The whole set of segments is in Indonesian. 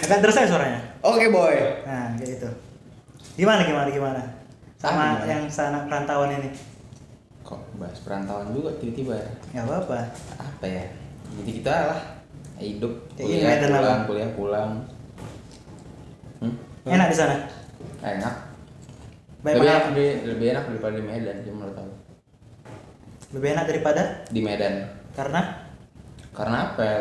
Agak terus ya suaranya. Oke boy. Nah, kayak gitu. Gimana? Sama Gimana? yang sana perantauan ini. Kok bahas perantauan juga tiba-tiba ya? Enggak apa-apa. Apa ya? Jadi kita lah hidup, Kayak kuliah gini, Medan pulang, lah. kuliah pulang. Enak di sana. Enak. Baik Lebih mana? enak, lebih enak daripada di Medan, sih menurut aku. Lebih enak daripada Di Medan. karena Karena apa ya?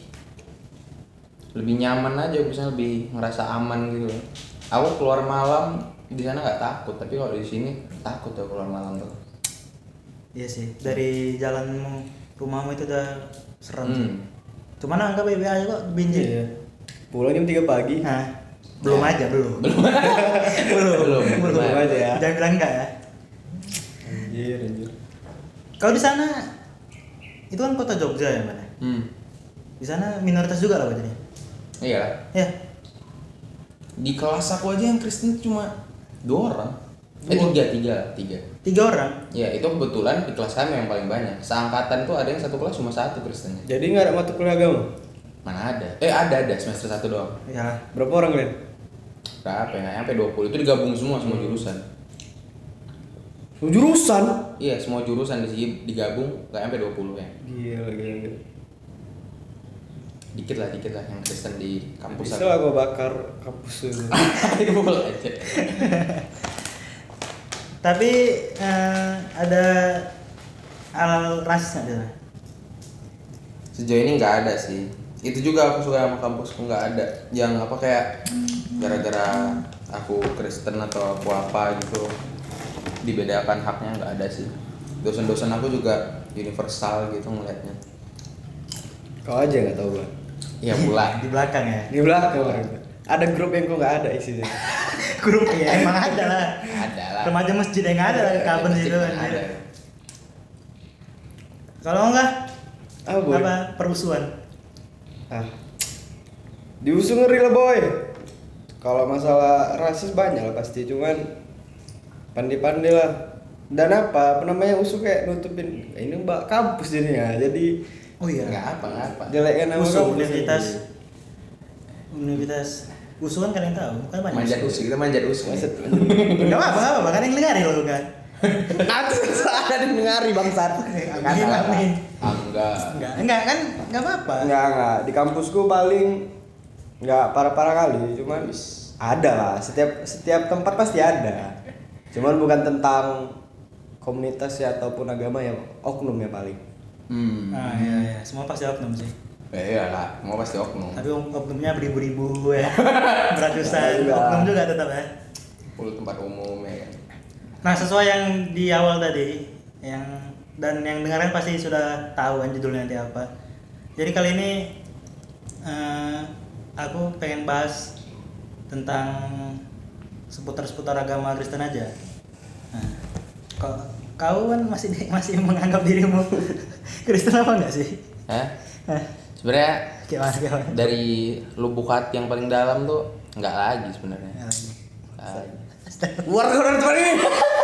Lebih nyaman aja, bisa lebih ngerasa aman gitu loh. Aku keluar malam di sana nggak takut, tapi kalau di sini takut ya keluar malam tuh. iya sih, dari jalanmu rumahmu itu udah serem sih. Hmm. Cuman anggap BB aja kok binjai. Iya. Pulang jam 3 pagi. Nah, belum Ya. aja, belum. Belum aja ya. Jangan bilang enggak ya. Anjir. Kalau di sana itu kan kota Jogja ya, Mbak. Di sana minoritas juga lah berarti. Iya. Ya. Di kelas aku aja yang Kristen cuma 2 orang. Tiga. 3 orang. Ya itu kebetulan di kelas kami yang paling banyak. Seangkatan tuh ada yang satu kelas cuma 1 Kristennya. Jadi nggak ada mata kuliah agama? Mana ada? Ada semester 1 doang. Ya. Berapa orang kalian? Berapa ya? Nggak sampai 20. Itu digabung semua jurusan. Jurusan? Iya, semua jurusan di sini digabung nggak sampai 20 ya. Gila. Dikit lah yang Kristen di kampus Bisa lah gua bakar kampus itu. Boleh aja. Tapi ada hal rasis nggak di sana? Sejauh ini nggak ada sih. Itu juga aku suka sama kampusku, nggak ada yang apa kayak gara-gara aku Kristen atau aku apa gitu dibedakan haknya, nggak ada sih. Dosen-dosen aku juga universal gitu ngelihatnya. Kau aja nggak tahu gua. Iya pula. Di belakang ya. Di belakang. Ada grup yang kok nggak ada isinya. Grup ya emang ada lah. Ada lah. Remaja masjid yang ada lah kapan Masjid itu. mana ada. Kalau enggak Boy? apa perusuhan? Diusung ngeri lah boy. Kalau masalah rasis banyak lah pasti, cuman pandai-pandai lah. Dan apa namanya usul kayak nutupin ini mbak kampus jadinya. Jadi Oh iya. Nggak apa. jelekkan nama Usul kampus. Universitas usulan kalian tahu kan banyak. Manjat usul, kita manjat usul. Enggak apa-apa, kan yang dengar lo kan. Nanti ada yang dengari bangsat. Gimana nih? Enggak. Enggak kan enggak apa-apa. Enggak. Di kampusku paling enggak parah-parah kali, cuman ada lah. Setiap tempat pasti ada. Cuman bukan tentang komunitas ya ataupun agama ya, oknum ya paling. Nah, iya. Semua pasti oknum sih. Iya lah, mau pasti oknum. Tapi oknumnya beribu-ribu ya. Beratusan Iya. oknum juga tetap ya. Full tempat umum ya kan. Nah, sesuai yang di awal tadi, yang dengarkan pasti sudah tahu kan judulnya nanti apa. Jadi kali ini aku pengen bahas tentang seputar agama Kristen aja. Nah, kau kan masih menganggap dirimu Kristen apa enggak sih? Sebenarnya Gimana? dari lubuk hati yang paling dalam tuh nggak lagi sebenarnya. Luar dari tempat ini.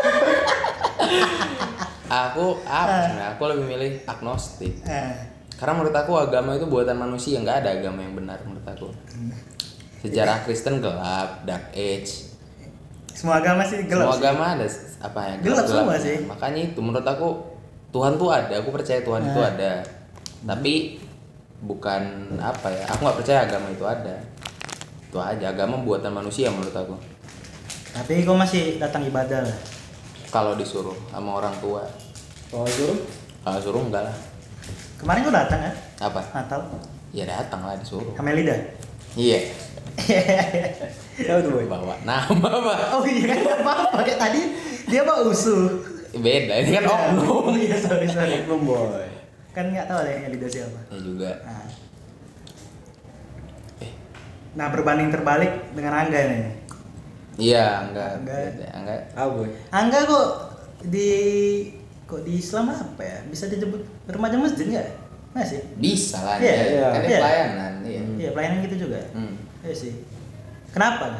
Aku lebih milih agnostik. Karena menurut aku agama itu buatan manusia, nggak ada agama yang benar menurut aku. Sejarah Kristen gelap, dark age. Semua agama sih gelap. Semua sih. agama ada apa ya? Gelap semua sih. Makanya itu menurut aku Tuhan tuh ada, aku percaya Tuhan itu ada. Tapi bukan apa ya? Aku nggak percaya agama itu ada. Itu aja, agama buatan manusia menurut aku. Tapi kau masih datang ibadah lah. Kalau disuruh sama orang tua. Kalau suruh Kalau suruh enggak lah. Kemarin kau datang kan? Apa? Natal. Ya datang lah disuruh. Kamelida. Iya. tahu tuh boy. Bawa nama Pak. Oh iya kan nggak apa-apa kayak tadi dia bawa usul. Beda, ini kan oknum. Oh iya sorry. Oknum boy. Kan nggak tahu deh yang lidah siapa. Ya juga. Nah berbanding terbalik dengan Angga nih. Iya, enggak. Enggak. Beda, enggak. Boy. Angga kok di Islam apa ya? Bisa disebut remaja masjid nggak? Masih? Bisa lah. Iya, ya. Kan dia iya. pelayanan, iya. Iya pelayanan gitu juga. Iya sih. Kenapa?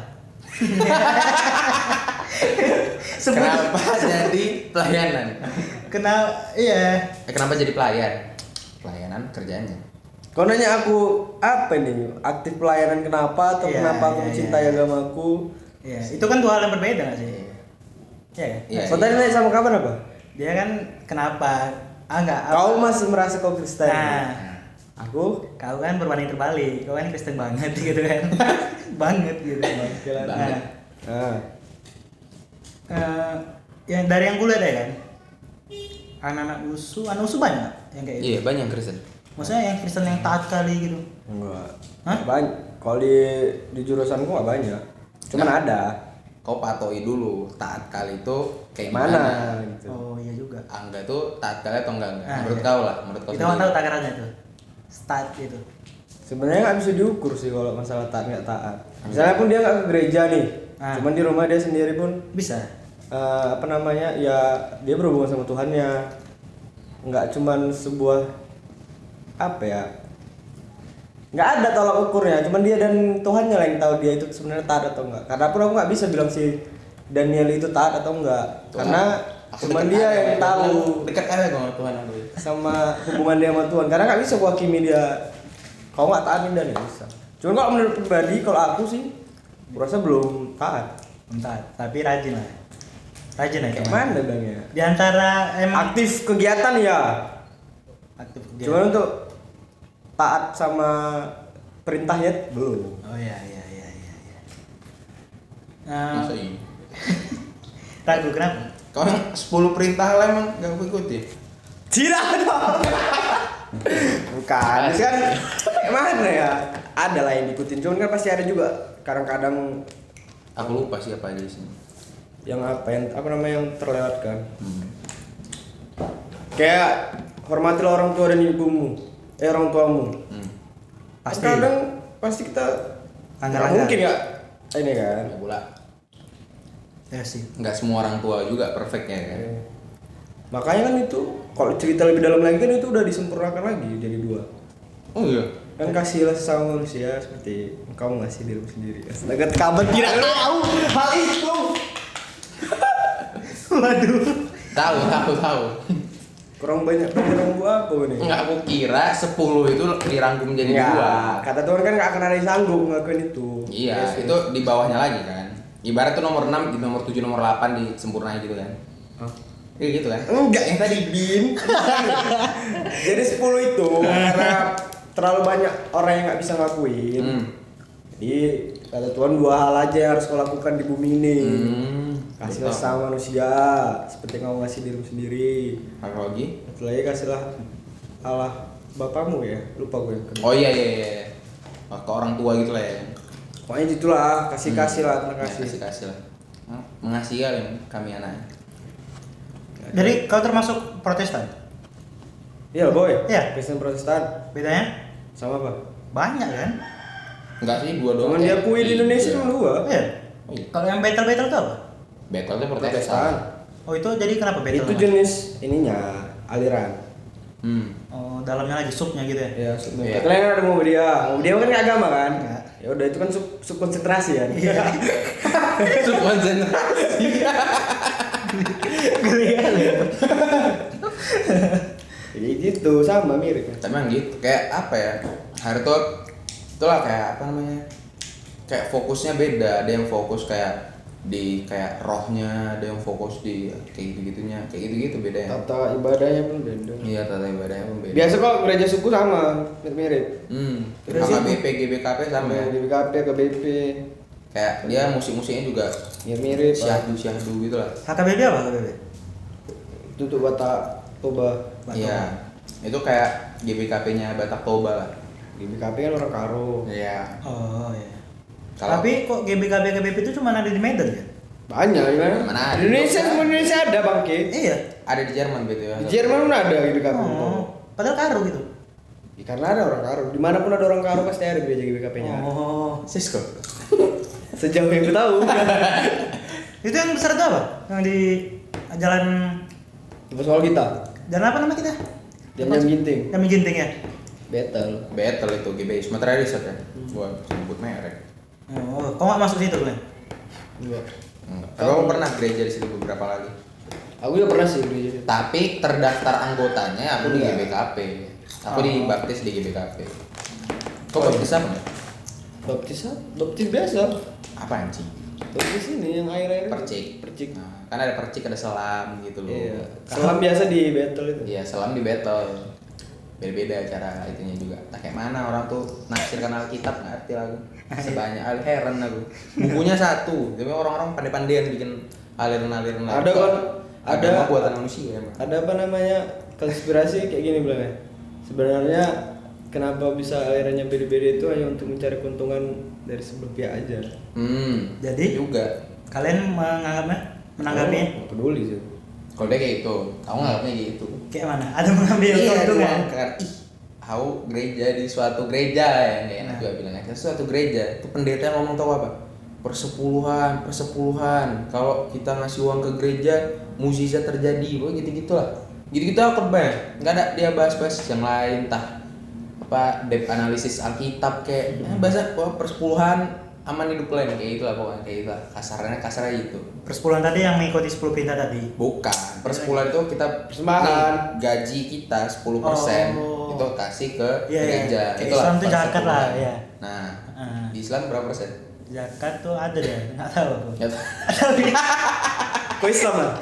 Kenapa jadi pelayanan? Iya. Kenapa jadi pelayan? Pelayanan kerjanya. Kau nanya aku apa nih? Aktif pelayanan kenapa atau Iya, kenapa aku iya, mencintai iya. agamaku? Iya, itu kan dua hal yang berbeda nggak sih? Iya kan? Iya. Kau tadi nanya sama kabar apa? Dia kan kenapa? Enggak. Kau masih merasa kau Kristen? Nah, Aku kau kan berbanding terbalik. Kau kan Kristen banget gitu kan. banget gitu. Banget. Nah, nah, yang dari yang gue lihat ya kan, anak-anak anak usu banyak yang kayak gitu. Iya, banyak yang Kristen. Maksudnya yang Kristen yang taat kali gitu. enggak. Hah? Banyak. Kalau di jurusanku nggak banyak. Cuman Nah. ada. Kau patoi dulu, taat kali itu kayak Mana? gimana? Gitu. Oh iya juga. Angga tuh taat kali atau enggak? Ah, Menurut iya. kau lah, menurut kau Kita mau sendiri. tahu takarannya tuh. Start gitu. Sebenarnya nggak bisa diukur sih kalau masalah taat nggak taat. Misalnya pun dia nggak ke gereja nih, Ah. cuman di rumah dia sendiri pun Bisa. apa namanya ya dia berhubungan sama Tuhannya. Nggak cuman sebuah apa ya? Nggak ada tolak ukurnya, cuman dia dan Tuhannya lah yang tahu dia itu sebenarnya taat atau enggak. Karena pun aku nggak bisa bilang si Daniel itu taat atau enggak, karena Aku cuman dekat dia aja, yang gua tahu bilang, dekat aja sama Tuhan aku. sama hubungan dia sama Tuhan. Karena nggak bisa gua hakimi dia. Kau nggak taatin dan nggak bisa. Cuman kalau menurut pribadi, kalau aku sih, gua rasa belum taat. Taat, tapi rajin lah. Rajin ya Kayak teman. mana bilangnya? Di antara emang Aktif kegiatan ya. aktif kegiatan. Cuman untuk taat sama perintahnya belum. Oh iya iya iya iya. iya. Masa iya? Ragu kenapa? Kau yang 10 perintah lah emang gak aku ikuti? Tidak dong. Bukan, itu kan mana ya? Ada lah yang diikutin, cuman kan pasti ada juga kadang-kadang Aku lupa siapa aja di sini. yang apa namanya yang terlewatkan. Hmm. Kayak hormatilah orang tua dan ibumu, orang tuamu. Hmm. Pasti. Kadang pasti kita Langgar-langgar. nggak mungkin ya ini kan. Ya pula. Ya sih. Nggak semua orang tua juga perfect ya kan? Makanya kan itu kalau cerita lebih dalam lagi kan itu udah disempurnakan lagi jadi 2. Oh iya. Kan kasihlah sesama manusia seperti engkau mengasihi dirimu sendiri. Astaga, kabar tidak tahu hal itu. Waduh. Tahu. Kurang banyak pelajaran gua apa nih? Enggak, aku kira 10 itu dirangkum jadi Ya, 2. kata Tuhan kan nggak akan ada yang sanggup ngelakuin itu. Iya, Yes, itu di bawahnya lagi kan. Ibarat tuh nomor 6, di nomor 7, nomor 8 disempurnain gitu kan. Hah? Iya gitu kan. Enggak yang tadi Bin. Jadi 10 itu karena terlalu banyak orang yang nggak bisa ngelakuin. Hmm. Jadi kata Tuhan 2 hal aja yang harus kau lakukan di bumi ini. Kasihlah betul. sama manusia seperti kau ngasih dirimu sendiri. Apa lagi? Satu lagi kasihlah Allah bapamu ya. Lupa gue yang kedua. Oh iya. Oh, ke orang tua gitu lah ya. Pokoknya gitulah, kasih lah, terima kasih. Ya, kasih lah. Mengasihi kali kami anak. Jadi kau termasuk Protestan? Iya boy. Iya. Kristen Protestan Bedanya sama apa? banyak kan? Enggak sih, 2 doang. Cuman diakui di Indonesia cuma 2. Iya. Oh, iya. Kalau yang battle itu apa? Battle-nya Protestan. Protestan. Oh itu jadi kenapa battle? Itu jenis ininya aliran. Oh dalamnya lagi subnya gitu ya? Ya, Iya. kalian ada Muhammadiyah. Muhammadiyah kan nggak agama kan? Nggak. Ya udah itu kan sub konsentrasi kan. Iya. Subkonsentrasi. Geli kali ya. Jadi gitu sama mirip kan. Tapi emang gitu, kayak apa ya? Hari tuh itulah kayak apa namanya? Kayak fokusnya beda, ada yang fokus kayak di kayak rohnya, ada yang fokus di kayak gitu-gitunya, kayak gitu-gitu beda ya. Tata ibadahnya pun beda. Iya, tata ibadahnya pun beda. Biasa kok gereja suku sama, mirip. Gereja AKBP, GBKP sama ya. Di BKP, KBP, Kayak dia musik-musiknya juga ya mirip. syahdu gitu lah. HKBP apa HKBP? Itu tuh Batak Toba. Iya. Itu kayak GBKP-nya Batak Toba lah. Di BKP kan orang Karo. Iya. Oh iya. Kalau- Tapi kok GBKB KBP itu cuma ada di Medan ya? Banyak ya. Mana ada? Di Indonesia semua Indonesia ada bangke. Iya. Ada di Jerman gitu ya. Di Jerman pun ada GBKP. Oh, padahal Karo gitu. Ya, karena ada orang Karo. Dimanapun ada orang Karo pasti ada gereja GBKP-nya. Oh. Cisco. Sejauh yang aku tahu. Itu yang besar itu apa? Yang di jalan Coba soal kita. jalan apa nama kita? Jam-jam ginting. Jam Ginting ya. Battle. Battle itu GBI Sumatera Research ya. Gua sebut merek. Oh, kau nggak masuk situ kan? Dua. Enggak. Tapi aku pernah gereja di situ beberapa kali. Aku juga pernah sih gereja. Tapi terdaftar anggotanya aku di Iya. GBKP. Aku dibaptis di GBKP. Kok baptis apa? Baptis apa? Baptis biasa. Apa anjing? Baptis ini yang air-air. Percik. Percik. Nah, kan ada percik, ada selam gitu loh. Iya. Selam biasa di battle itu. Iya, selam di battle. Beda-beda cara itunya juga. Nah, kayak mana orang tuh nafsirkan Alkitab, ngerti lah aku. Sebanyak heran aku. Bukunya satu, tapi orang-orang pandai-pandaian bikin aliran-aliran. Ada kan agama buatan manusia emang. Ada apa namanya? Konspirasi kayak gini bilangnya. Sebenarnya kenapa bisa alirannya beda-beda itu hanya untuk mencari keuntungan dari sebelah pihak aja. Jadi juga. kalian menanggapinya Nggak peduli sih. Kalau dia kayak gitu, kamu nganggapnya gitu. kayak mana? Ada mengambil Iya, keuntungan? kan. Ih, aku gereja di suatu gereja ya, nggak enak juga bilangnya. Ke suatu gereja, itu pendeta yang ngomong tahu apa? Persepuluhan. Kalau kita ngasih uang ke gereja, mukjizat terjadi. Wah, gitu-gitulah. Gitu-gitu aku banyak. Nggak ada dia bahas-bahas yang lain, entah apa depth analisis Alkitab kayak bahasa persepuluhan aman hidup lain kayak itulah pokoknya kayak gitu. Kasarnya gitu. Persepuluhan tadi yang mengikuti 10 perintah tadi. Bukan, persepuluhan itu kita Persembahan. nih, gaji kita 10% Oh. itu kasih ke Iya, gereja. kayak Itulah Islam tuh zakat persepuluhan. lah, iya. Nah, Ah. di Islam berapa persen? Zakat tuh ada deh, nggak tahu aku. Ya, Tapi Kok Islam lah?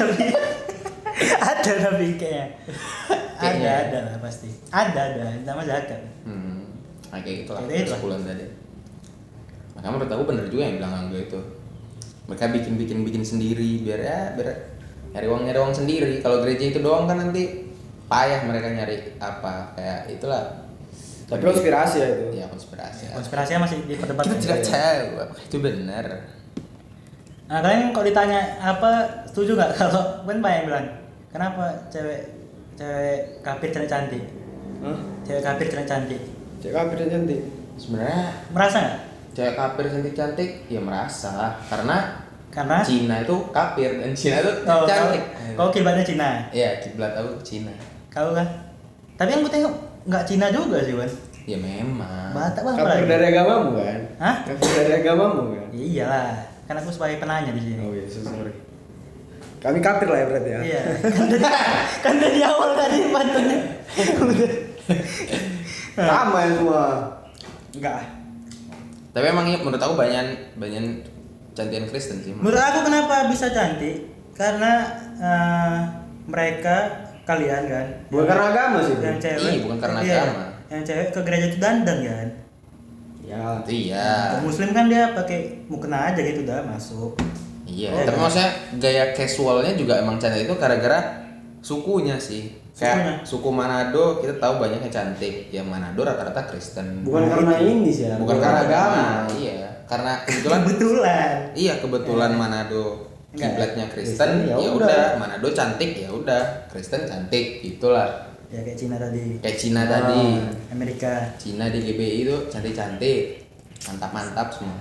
ada tapi kayaknya. Kayaknya. Ada lah pasti. Ada nama zakat. nah kayak gitulah Kayak gitu lah. persepuluhan tadi. Makanya menurut aku bener juga yang bilang Angga itu. Mereka bikin sendiri biar nyari uang sendiri. Kalau gereja itu doang kan nanti payah mereka nyari apa kayak itulah. Tapi konspirasi ya itu. Ya konspirasi. Konspirasinya masih diperdebatkan. Kita tidak tahu apakah itu benar. Nah, kalian kalau ditanya apa setuju nggak kalau kan banyak yang bilang kenapa cewek kafir cantik? Hah? Cewek kafir cantik. Cek kafir dan cantik. Sebenarnya Merasa nggak? cewek kafir cantik ya merasa karena Karena Cina itu kafir dan Cina itu oh, cantik. kau kiblatnya Cina. Iya, kiblat aku Cina. Kau kan? Tapi yang gue tengok nggak Cina juga sih, Wan. Ya memang. Batak bang Kafir dari agamamu kan? Hah? Kafir dari agamamu kan? Ya iyalah, kan aku sebagai penanya di sini. Oh iya, sorry. Kami kafir lah ya berarti ya. Iya, kan dari awal tadi pantunnya. Sama ya semua. Enggak. Tapi emang iya, menurut aku banyak cantikan Kristen sih. Menurut aku kenapa bisa cantik? Karena mereka kalian kan. Bukan karena agama sih. Yang Bro. cewek. Iya, bukan karena iya, agama. Yang cewek ke gereja itu dandan kan. Ya. Iya. Yang Muslim kan dia pakai mukena aja gitu dah masuk. Iya, Oh, tapi iya. maksudnya gaya casualnya juga emang cantik itu gara-gara sukunya sih. Kayak suku Manado kita tahu banyaknya cantik. Yang Manado rata-rata Kristen. Bukan karena ini sih ya. Bukan karena agama. Iya, karena kebetulan Kebetulan. iya kebetulan Manado Enggak. kiblatnya Kristen, Kristen, ya ya udah. udah Manado cantik ya udah Kristen cantik gitulah. Ya kayak Cina tadi. Kayak Cina tadi. Amerika. Cina di GBI itu cantik-cantik. Mantap-mantap semua.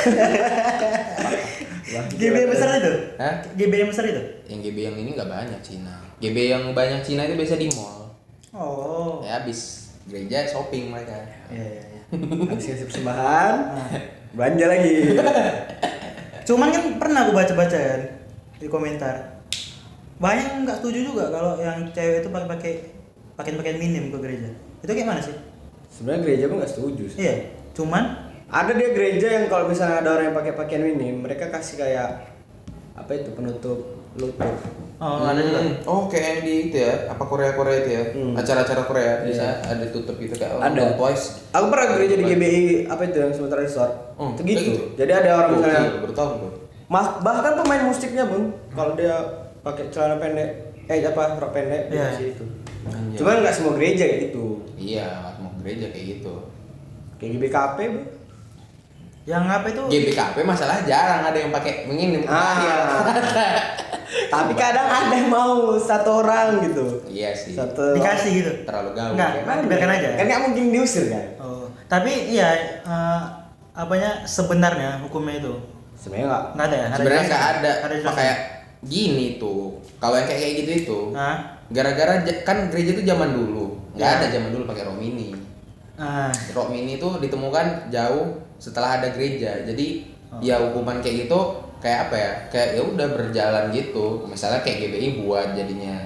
GB yang besar itu? Hah? GB yang besar itu? Yang GB yang ini nggak banyak Cina. GB yang banyak Cina itu biasa di mall. Oh. Ya habis gereja shopping mereka. Iya. Habis ngasih persembahan, Nah. belanja lagi. Cuman kan pernah aku baca-baca kan di komentar. Banyak yang nggak setuju juga kalau yang cewek itu pakai pakaian minim ke gereja. Itu kayak mana sih? Sebenarnya gereja pun nggak setuju sih. Iya. Cuman Ada dia gereja yang kalau misalnya ada orang yang pakai pakaian minim, mereka kasih kayak apa itu penutup lutut. ada juga. Oh kayak yang di itu ya, apa Korea itu ya, acara-acara Korea bisa ada tutup gitu kayak Ada. Twice. Aku pernah gereja di GBI apa itu yang sementara resort. Itu kayak gitu. Jadi ada orang misalnya baru tahu tuh. bahkan pemain musiknya pun kalau dia pakai celana pendek rok pendek Iya. dikasih itu. Anjay. Cuman nggak semua gereja kayak gitu. Iya, mau gereja kayak gitu. Kayak GBKP, Bu. Yang apa itu? GBKP masalah jarang ada yang pakai mengirim. Ah. Tapi kadang ada yang mau satu orang gitu. Iya sih. Satu Dikasih gitu. Terlalu gaul. Enggak, ya. dibiarkan aja. Kan nggak mungkin diusir kan? Oh, tapi iya apanya sebenarnya hukumnya itu Sebenarnya nggak. nggak ada ya? Sebenarnya jelasnya? nggak ada. Nggak jelasnya? Kayak gini tuh. Kalau yang kayak gitu itu, Hah? gara-gara kan gereja itu zaman dulu. Nggak Ya. ada zaman dulu pakai rok mini. Ah, Rok mini itu ditemukan jauh setelah ada gereja. Jadi ya hukuman kayak gitu kayak apa ya? Kayak ya udah berjalan gitu. Misalnya kayak GBI buat jadinya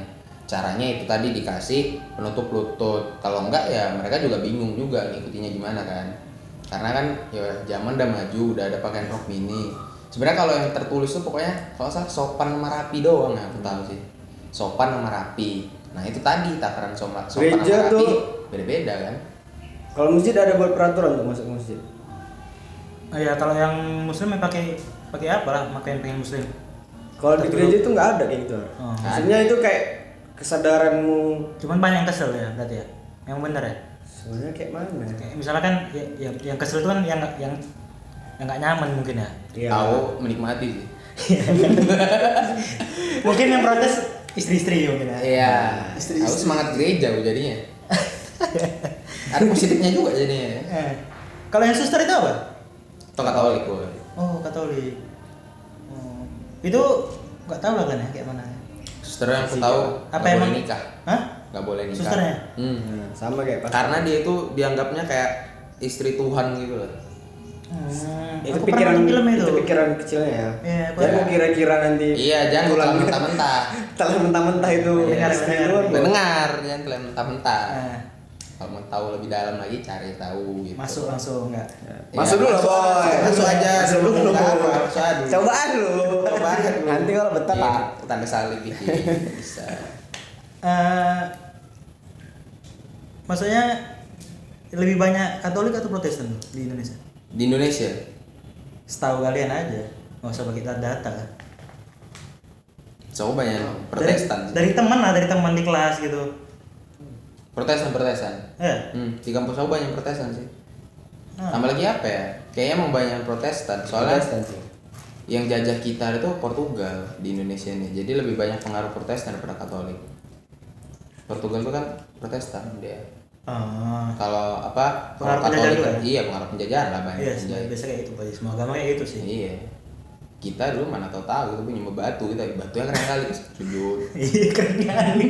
caranya itu tadi dikasih penutup lutut. Kalau enggak ya mereka juga bingung juga ngikutinya gimana kan. Karena kan ya zaman udah maju, udah ada pakaian rok mini. Sebenarnya kalau yang tertulis tuh pokoknya kalau salah sopan sama rapi doang ya aku tahu sih. Sopan sama rapi. Nah itu tadi takaran sopan sama Gereja rapi tuh beda-beda kan. Kalau masjid ada buat peraturan tuh masuk masjid. Ya kalau yang muslim ya pakai apa lah, pakaian muslim. Kalau di gereja itu nggak ada kayak gitu. Oh. Maksudnya itu kayak kesadaranmu. Cuman banyak yang kesel ya berarti ya. Yang benar ya. Sebenarnya kayak mana? Kayak misalkan ya, yang kesel itu kan yang nggak nyaman mungkin ya. Iya. Tahu menikmati sih. Mungkin yang protes istri-istri mungkin ya. Iya. Aku semangat gereja aku jadinya. Ada positifnya juga jadinya. Kalau yang suster itu apa? Atau Katolik gue. Oh, Katolik. Oh. Itu nggak tahu lah kan ya kayak mana. Suster yang aku tahu Apa nggak emang? boleh nikah. Hah? Nggak boleh nikah. Susternya? Nah, sama kayak pas. Karena dia itu dianggapnya kayak istri Tuhan gitu loh. Itu Aku pikiran pernah nonton film itu. itu pikiran kecilnya ya. Iya, aku Jangan ada. kira-kira nanti. Iya, jangan pulang telan mentah-mentah. telan mentah-mentah itu. Dengar, istri dengar. luar, Bro. Dengar, jangan telan mentah-mentah. Nah, Kalau mau tahu lebih dalam lagi cari tahu gitu. masuk langsung enggak? Masuk Ya, dulu masuk, boy. masuk aja Masuk dulu. dulu. Nggak apa, masuk aja dulu. Cobaan lu. Cobaan dulu. Nanti kalau betah Iya, Pak. tanda salib bikin bisa. Maksudnya lebih banyak Katolik atau Protestan tuh di Indonesia? Di Indonesia Setahu kalian aja, nggak usah pakai data kan. coba banyak Protestan. Dari teman lah, dari teman di kelas gitu. Protestan. Ya. Di kampus aku banyak Protestan sih. Ah. Tambah lagi apa ya? Kayaknya emang banyak Protestan. Soalnya Protestan sih. yang jajah kita itu Portugal di Indonesia ini. Jadi lebih banyak pengaruh Protestan daripada Katolik. Portugal itu kan Protestan dia. Ah. Kalau apa? Pengaruh Kalau penjajahan Katolik juga ya? Iya, pengaruh penjajahan lah banyak. Iya, penjajah. biasa kayak itu, Pak. Semua agama kayak gitu sih. Iya. Kita dulu mana tahu kita punya batu, kita batu yang keren kali sujud. Iya, keren kali.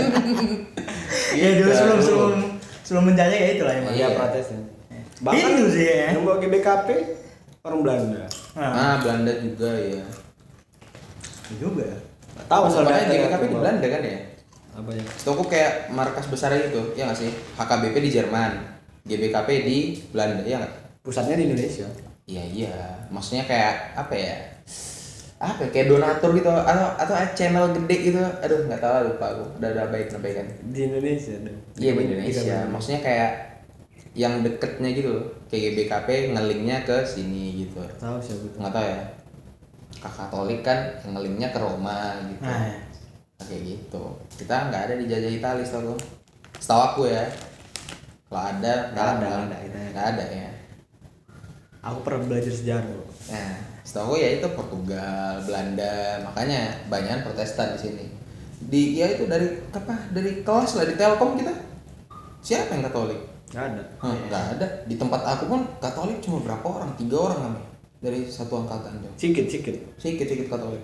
Iya, dulu Gitu. sebelum menjajah kayak itulah emang. Iya. Iya, Protestan. Hindu sih ya. Yang bawa GBKP orang Belanda. Nah, Belanda juga ya. Juga. Nggak tahu soal Soalnya data ya, JKP di Bang. Belanda kan ya? Apa ya? Setahu kayak markas besarnya gitu, ya nggak sih? HKBP di Jerman, GBKP di Belanda, ya nggak? Pusatnya di Indonesia. Iya. Maksudnya kayak apa ya? Apa ya? Kayak donatur gitu atau channel gede gitu. Aduh, nggak tahu, lupa aku. Udah baik-baik kan. Di Indonesia deh. Iya di Indonesia. Maksudnya kayak yang deketnya gitu loh. Kayak GBKP ngelinknya ke sini gitu. Tahu siapa itu? Nggak tahu ya. Katolik kan yang ngelinknya ke Roma gitu. Nah, ya. Kayak gitu. Kita nggak ada dijajah Italia setahu aku ya. Kalau ada Nggak ada, nggak ada ya. Aku pernah belajar sejarah. Bro. Nah, setahu aku ya itu Portugal, Belanda, makanya banyak Protestan di sini. Di ya itu dari apa? Dari kelas lah di Telkom kita. Siapa yang Katolik? Nggak ada. Nggak ada. Di tempat aku pun Katolik cuma berapa orang? 3 orang kami dari satu angkatan tuh. Sedikit Katolik.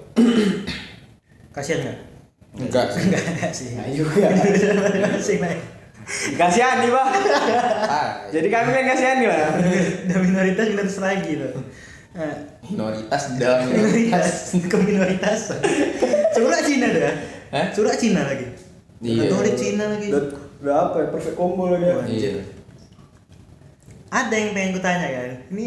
Kasihan nggak? Enggak sih. Enggak sih. Nggak juga. Sih, Nay. Kasihani Bang. Ah, Jadi kami kan kasihani lah. Udah minoritas lagi loh. minoritas di dalam minoritas. Minoritas ke minoritas. Surat Cina dah. Hah? Surat Cina lagi. Iya. Katolik Cina lagi. Udah apa ya? Perfect combo lagi. Ya. Iya. Ada yang pengen gue tanya kan. Ini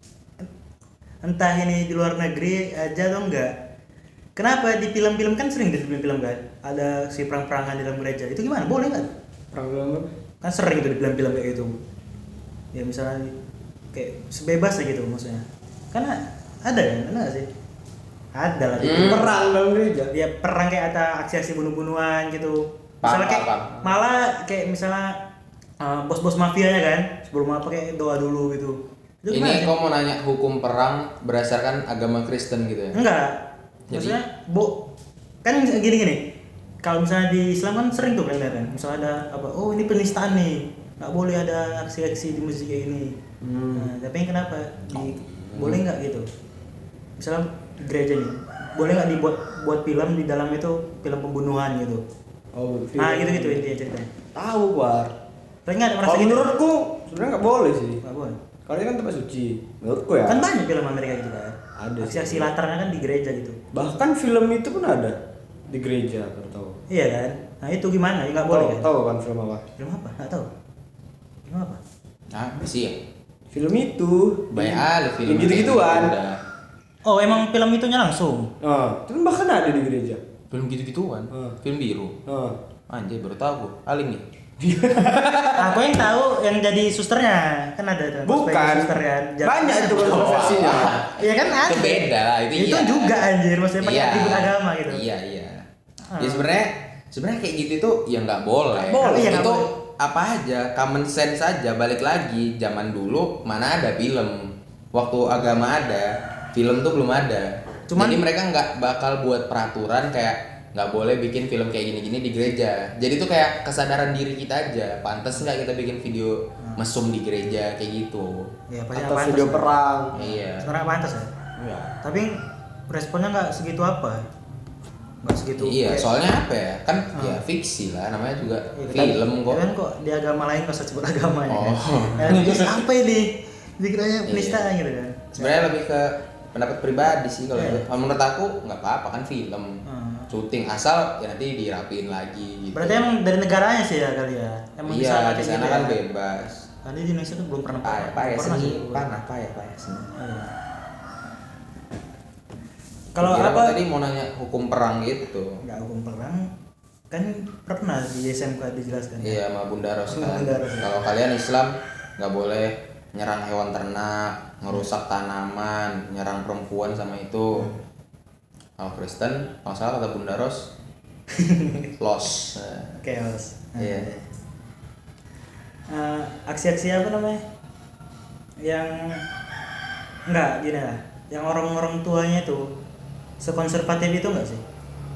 entah ini di luar negeri aja atau enggak. Kenapa di film-film kan sering di film-film kan ada si perang-perangan di dalam gereja. Itu gimana? Boleh nggak? Perang dalam apa? Kan sering itu di film-film kayak gitu. Ya misalnya kayak sebebas aja gitu maksudnya. Karena ada kan? Ada nggak sih? Ada lah. Perang dalam gereja. Ya perang kayak ada aksi-aksi bunuh-bunuhan gitu. Paham, Misalnya kayak paham. malah kayak misalnya bos-bos mafianya kan sebelum apa kayak doa dulu gitu. Itu gimana Ini sih? kau mau nanya hukum perang berdasarkan agama Kristen gitu ya? Enggak. Jadi? Maksudnya kan gini-gini. Kalau misalnya di Islam kan sering tuh kan, misalnya ada apa? Oh ini penistaan nih, nggak boleh ada aksi-aksi di masjid kayak ini. Nah, tapi kenapa? Boleh nggak gitu? Misalnya di gereja nih, boleh nggak buat film di dalam itu film pembunuhan gitu? Oh, Nah gitu intinya ceritanya. Tahu, Bar. Tapi nggak ada merasa Kalau gitu? menurutku sebenarnya nggak boleh sih. Nggak boleh. Kalau ini kan tempat suci. Menurutku ya. Kan banyak film Amerika gitu kan. Ada sih. Aksi-aksi latarnya kan di gereja gitu. Bahkan film itu pun ada di gereja, kalau tahu. Iya kan? Nah itu gimana? Ya nggak boleh kan? Tahu kan film apa? Film apa? Nggak tahu. Film apa? Apa sih ya? Film itu. Banyak kali film Yang gitu-gituan. udah. Oh emang film itunya langsung? Itu kan bahkan ada di gereja. Film gitu-gituan. Film biru. Anjir baru tahu gua. Aling nih. Aku yang tahu yang jadi susternya kan ada tuh. Bukan. Suster kan. Banyak itu kontroversinya. Iya kan ada. Itu beda lah itu. Itu iya. juga anjir maksudnya pakai Iya. atribut agama gitu. Iya. Ya sebenarnya kayak gitu tuh ya nggak boleh. Boleh, iya, nggak itu boleh. apa aja common sense aja. Balik lagi zaman dulu mana ada film. Waktu agama ada, film tuh belum ada. Jadi mereka nggak bakal buat peraturan kayak nggak boleh bikin film kayak gini-gini di gereja. Jadi tuh kayak kesadaran diri kita aja. Pantas nggak kita bikin video mesum di gereja kayak gitu. Iya pasti Atau pantas. video perang. Iya. Sebenarnya pantas ya. Iya. Tapi responnya nggak segitu apa? Nggak segitu. Iya, kayak- soalnya apa ya? Kan ya fiksi lah, namanya juga Iya, film kok. Kan kok di agama lain nggak usah sebut agamanya. Oh. Kan? Terus apa ini? Dikiranya penistaan gitu kan? Sebenarnya lebih ke pendapat pribadi sih kalau Iya. itu. Kalau menurut aku nggak apa-apa kan film. Syuting asal ya nanti dirapiin lagi gitu. Berarti emang dari negaranya sih ya kali ya. Emang bisa iya, pakai di sana gitu kan ya. bebas. Tadi di Indonesia tuh belum pernah Payah belum pernah sih. seni, payah seni. Iya. Kalau Kira apa? tadi mau nanya hukum perang gitu. Nggak hukum perang kan pernah di SMK dijelaskan. Iya, sama Bunda Ros kan. Bunda Ros. Kalau kalian Islam nggak boleh nyerang hewan ternak, ngerusak tanaman, nyerang perempuan sama itu. Kalau Kristen, kalau salah kata Bunda Ros, loss. Chaos. Iya. Aksi-aksi apa namanya? Yang enggak gini lah. Yang orang-orang tuanya itu sekonservatif itu enggak sih?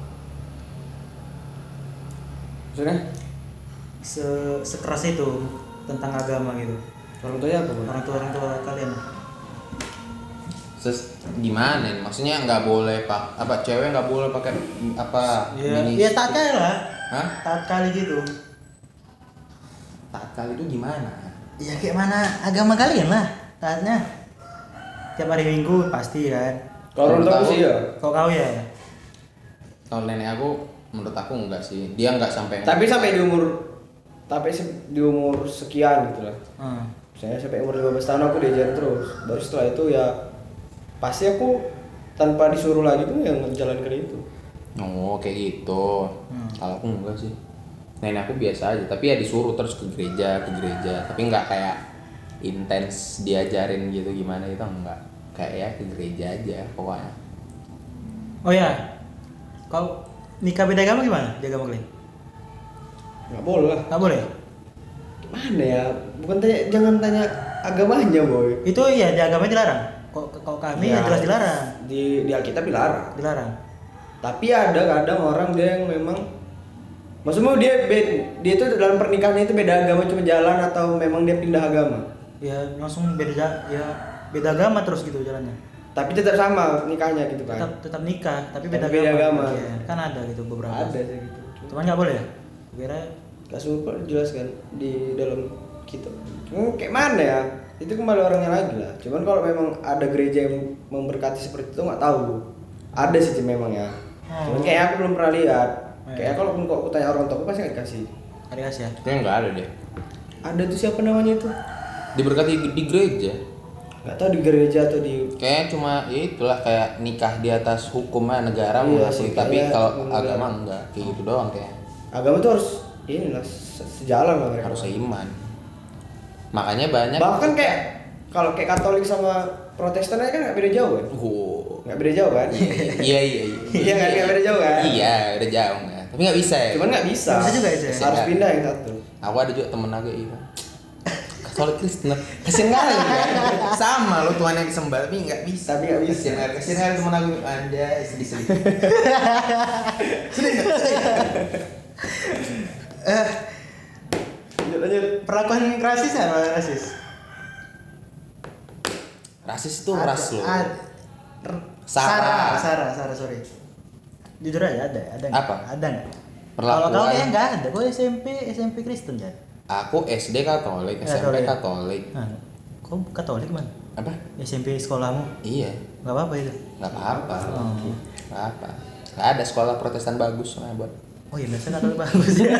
Maksudnya? Sekeras itu tentang agama gitu. Orang tuanya apa? Bang? Orang tua kalian. Gimana nih? Maksudnya nggak boleh apa cewek nggak boleh pakai apa Iya, taat kali lah. Hah? Taat kali gitu. Taat kali itu gimana? Ya kayak mana agama kalian lah taatnya. Tiap hari Minggu pasti kan. Kalau orang tua sih ya. Kok kau ya? Kalau nenek aku menurut aku enggak sih. Dia nggak sampai Tapi sampai di umur sekian gitu lah. Saya sampai umur 15 tahun aku diajarin terus. Baru setelah itu ya pasti aku tanpa disuruh lagi tuh yang menjalankan itu. Oh, kayak gitu. Kalau aku enggak sih. Nenek aku biasa aja, tapi ya disuruh terus ke gereja, tapi nggak kayak intens diajarin gitu gimana itu enggak. Kayak ya ke gereja aja pokoknya. Oh ya. Kau nikah beda agama gimana? Di agama kalian? Nggak boleh lah. Nggak boleh. Mana ya? Jangan tanya agamanya, boy. Itu iya di agama dilarang. Kok kami ya jelas dilarang. Di Alkitab dilarang. Dilarang. Tapi ada kadang orang dia yang memang maksudmu dia itu dalam pernikahannya itu beda agama cuma jalan atau memang dia pindah agama? Ya langsung beda agama terus gitu jalannya. Tapi tetap sama nikahnya gitu kan? Tetap nikah, tapi Tapi beda beda agama. Iya, kan ada gitu beberapa. Ada sih gitu. Cuman nggak boleh ya? Kira Kasus kok dijelaskan di dalam kitab. Kayak mana ya? Itu kembali orangnya lagi lah. Cuman kalau memang ada gereja yang memberkati seperti itu nggak tahu. Ada sih memang ya. Cuman kayak aku belum pernah lihat. Kayak kalau pun kok aku tanya orang tua aku pasti nggak dikasih. ya. Kayaknya nggak ada deh. Ada tuh siapa namanya itu? Diberkati di gereja. Nggak tahu di gereja atau di Kayaknya cuma ya itulah kayak nikah di atas hukumnya negara Iya mengakui, sih, tapi kayak kalau negara. agama enggak kayak gitu doang kayak agama tuh harus inilah sejalan lah mereka. harus seiman. Makanya banyak Bahkan kayak kalau kayak Katolik sama Protestan aja kan nggak beda jauh kan? Nggak beda jauh kan? iya Iya kan nggak beda jauh kan? iya udah jauh nggak tapi nggak bisa ya. Cuman nggak bisa. Nggak bisa juga ya, Cek? Harus pindah yang satu. Aku ada juga temen aku itu Katolik Kristen kasian kali kan sama lo Tuhan yang disembah tapi nggak bisa kasian kali temen aku anda sedih Lanjut. perlakuan rasis apa rasis? rasis itu ras lo Sarah, Sarah. sorry. Jujur aja ada nggak? Apa? Ada nggak? Perlakuan. Kalau kau kayaknya nggak ada. Kau SMP Kristen kan? Aku SD Katolik SMP Katolik Nah, kau Katolik man? apa SMP sekolahmu? iya Nggak apa-apa itu. nggak apa-apa Oh. nggak apa nggak ada sekolah Protestan bagus soalnya buat Oh iya biasa Katolik bagus ya.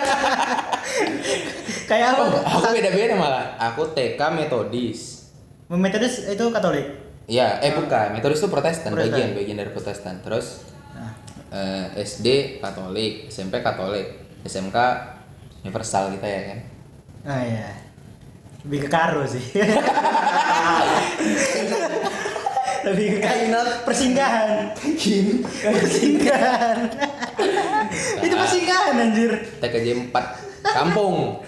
Kayak apa? Aku beda-beda malah. Aku TK Metodis. Metodis itu Katolik. Iya, bukan. Metodis itu Protestan, Protestan. bagian dari Protestan. Terus Nah, SD Katolik, SMP Katolik, SMK universal kita ya kan. oh iya. Lebih ke karo sih. Lebih ke persinggahan. Persinggahan. Itu persinggahan anjir. TKJ 4 kampung.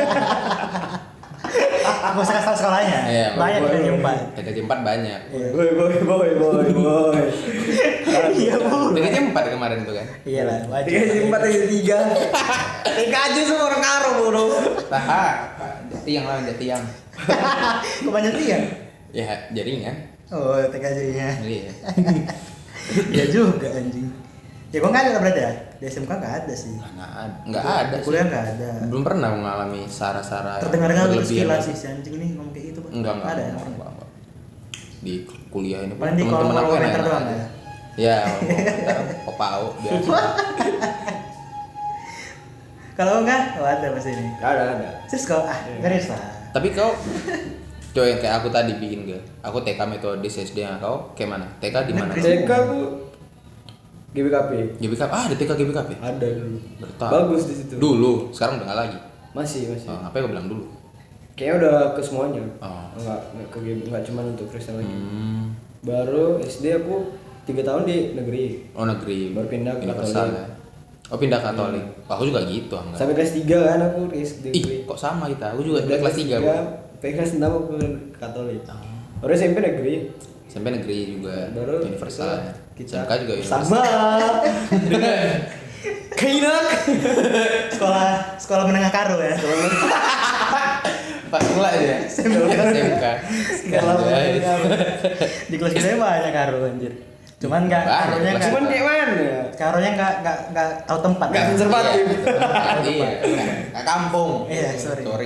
Gak usah kasih tau sekolahnya. Iya, Banyak boy, dari boy. 4. TKJ 4 banyak. Boy. Iya, Bu. TKJ 4 kemarin tuh kan. Iyalah, wajib. Tiga empat aja tiga. TK aja semua orang karo bro. Tiang lah, tiang. Kok banyak tiga? Ya, jaringan. Oh, TKJ-nya. Iya. Iya juga anjing. Ya gua nggak ada berarti ya. Di SMK nggak ada sih. Nggak ada sih. Kuliah nggak ada. Belum pernah mengalami sara-sara yang Terdengar nggak lu berlebihan. sekilas sih si anjing nih ngomong kayak gitu, Bang? Enggak. Ada ya? Enggak. Di kuliah ini Paling di teman-teman aku kolom-kolom enak komentar doang aja. ya? Ya, opau biasa. Kalau enggak, oh ada pasti ini. Ada. Terus kau garis lah. Tapi kau coba yang kayak aku tadi bikin gak? Aku TK Metodis SD yang kau kayak mana? TK di mana? Negeri. TK aku GBKP. GBKP. Ada TK GBKP. Ada dulu. Bertahan. Bagus di situ. Dulu, sekarang udah nggak lagi. Masih. Apa yang gue bilang dulu? Kayaknya udah ke semuanya. Oh. Enggak cuma untuk Kristen lagi. Baru Baru SD aku 3 tahun di negeri. oh negeri. Baru pindah ke universal Katolik. ya. Oh pindah Katolik. Aku juga gitu enggak. Sampai kelas 3 kan aku di SD. Ih, kok sama kita? Aku juga Udah kelas 3. Sampai kelas 6 aku ke Katolik. Baru SMP negeri. Sampai negeri juga Baru universal ya. kita SMK juga universal. sama dengan Kainak. Sekolah menengah karo ya. Pas mulai ya. SMK. Sekolah menengah Guys. karo. Di kelas kita banyak karo anjir. Cuman enggak Banyak, karonya kelas enggak. Cuman kayak mana ya? Karonya enggak tahu tempat. Nggak kan? konservatif. Iya. Nggak kampung. Iya, sorry. Sorry.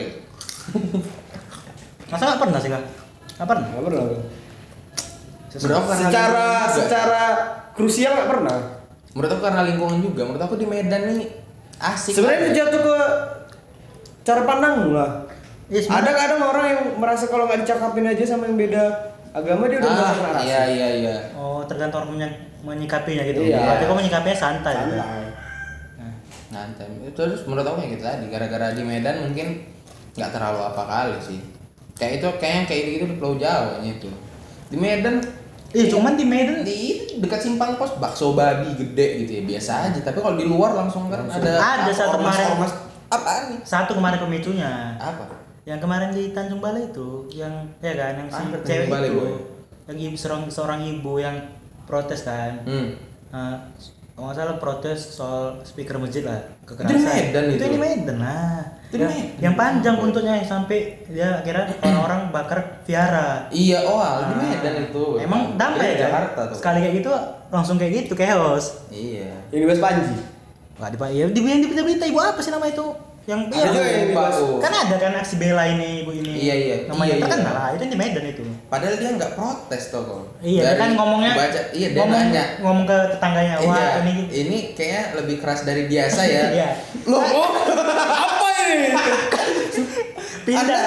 Masa enggak pernah sih, Kak? Enggak pernah. Nggak pernah. Menurut aku karena Secara lingkungan juga. secara krusial nggak pernah. Menurut aku karena lingkungan juga. Menurut aku di Medan nih asik. Sebenarnya itu jatuh ke cara pandang lah. Iya, Ada sebenarnya- kadang orang yang merasa kalau nggak dicakapin aja sama yang beda agama dia udah nggak pernah rasa. Iya. Oh, tergantung orang menyikapinya gitu. Iya. Berarti kok menyikapinya santai. gitu. Santai. Nah, Ngantai. Terus menurut aku kayak gitu tadi. Gara-gara di Medan mungkin nggak terlalu apa kali sih. Kayak gitu di Pulau Jawa itu. Di Medan cuman di Medan di dekat simpang pos bakso babi gede gitu ya biasa aja. Tapi kalau di luar langsung kan ada Ada satu kemarin. ormas apaan nih? satu kemarin pemicunya. Apa? Yang kemarin di Tanjung Balai itu, yang ya kan, yang si Tanjung cewek Balai, itu, Boy? yang seorang ibu yang protes kan. Nah, kalau nggak salah protes soal speaker masjid lah, kekerasan. Itu di Medan itu? Itu di Medan lah. Itu di Medan? Yang panjang buntutnya yang sampai dia akhirnya orang-orang bakar Viara. Iya, di Nah, Medan itu. Emang damai Iya, ya? Jakarta tuh. Sekali kayak gitu langsung kayak gitu chaos. Iya. Yang dibahas Panji. Nggak dibayar. Ya, yang di berita ibu apa sih nama itu? Yang Ada juga yang lupa dibahas. aku. kan ada kan aksi bela ini ibu ini. Iya. Namanya Iya, terkenal iya. lah, itu di Medan itu. Padahal dia nggak protes toh kok. Iya, dia kan ngomongnya Iya, dia ngomong, nanya. ngomong ke tetangganya, wah Iya, ini kayaknya lebih keras dari biasa ya. Iya. Loh, apa ini? pindah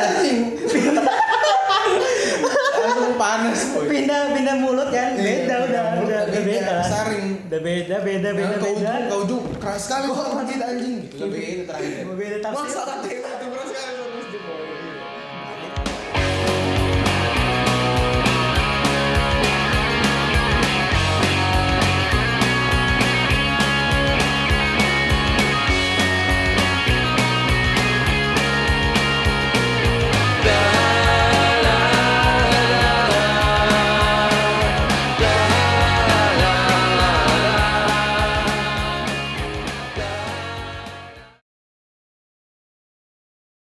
Langsung panas, boy. pindah mulut kan. Iya, Beda udah beda. Saring. Udah beda. Kau keras sekali kok kita anjing. Lebih itu terakhir. Beda tafsir. Masa kata itu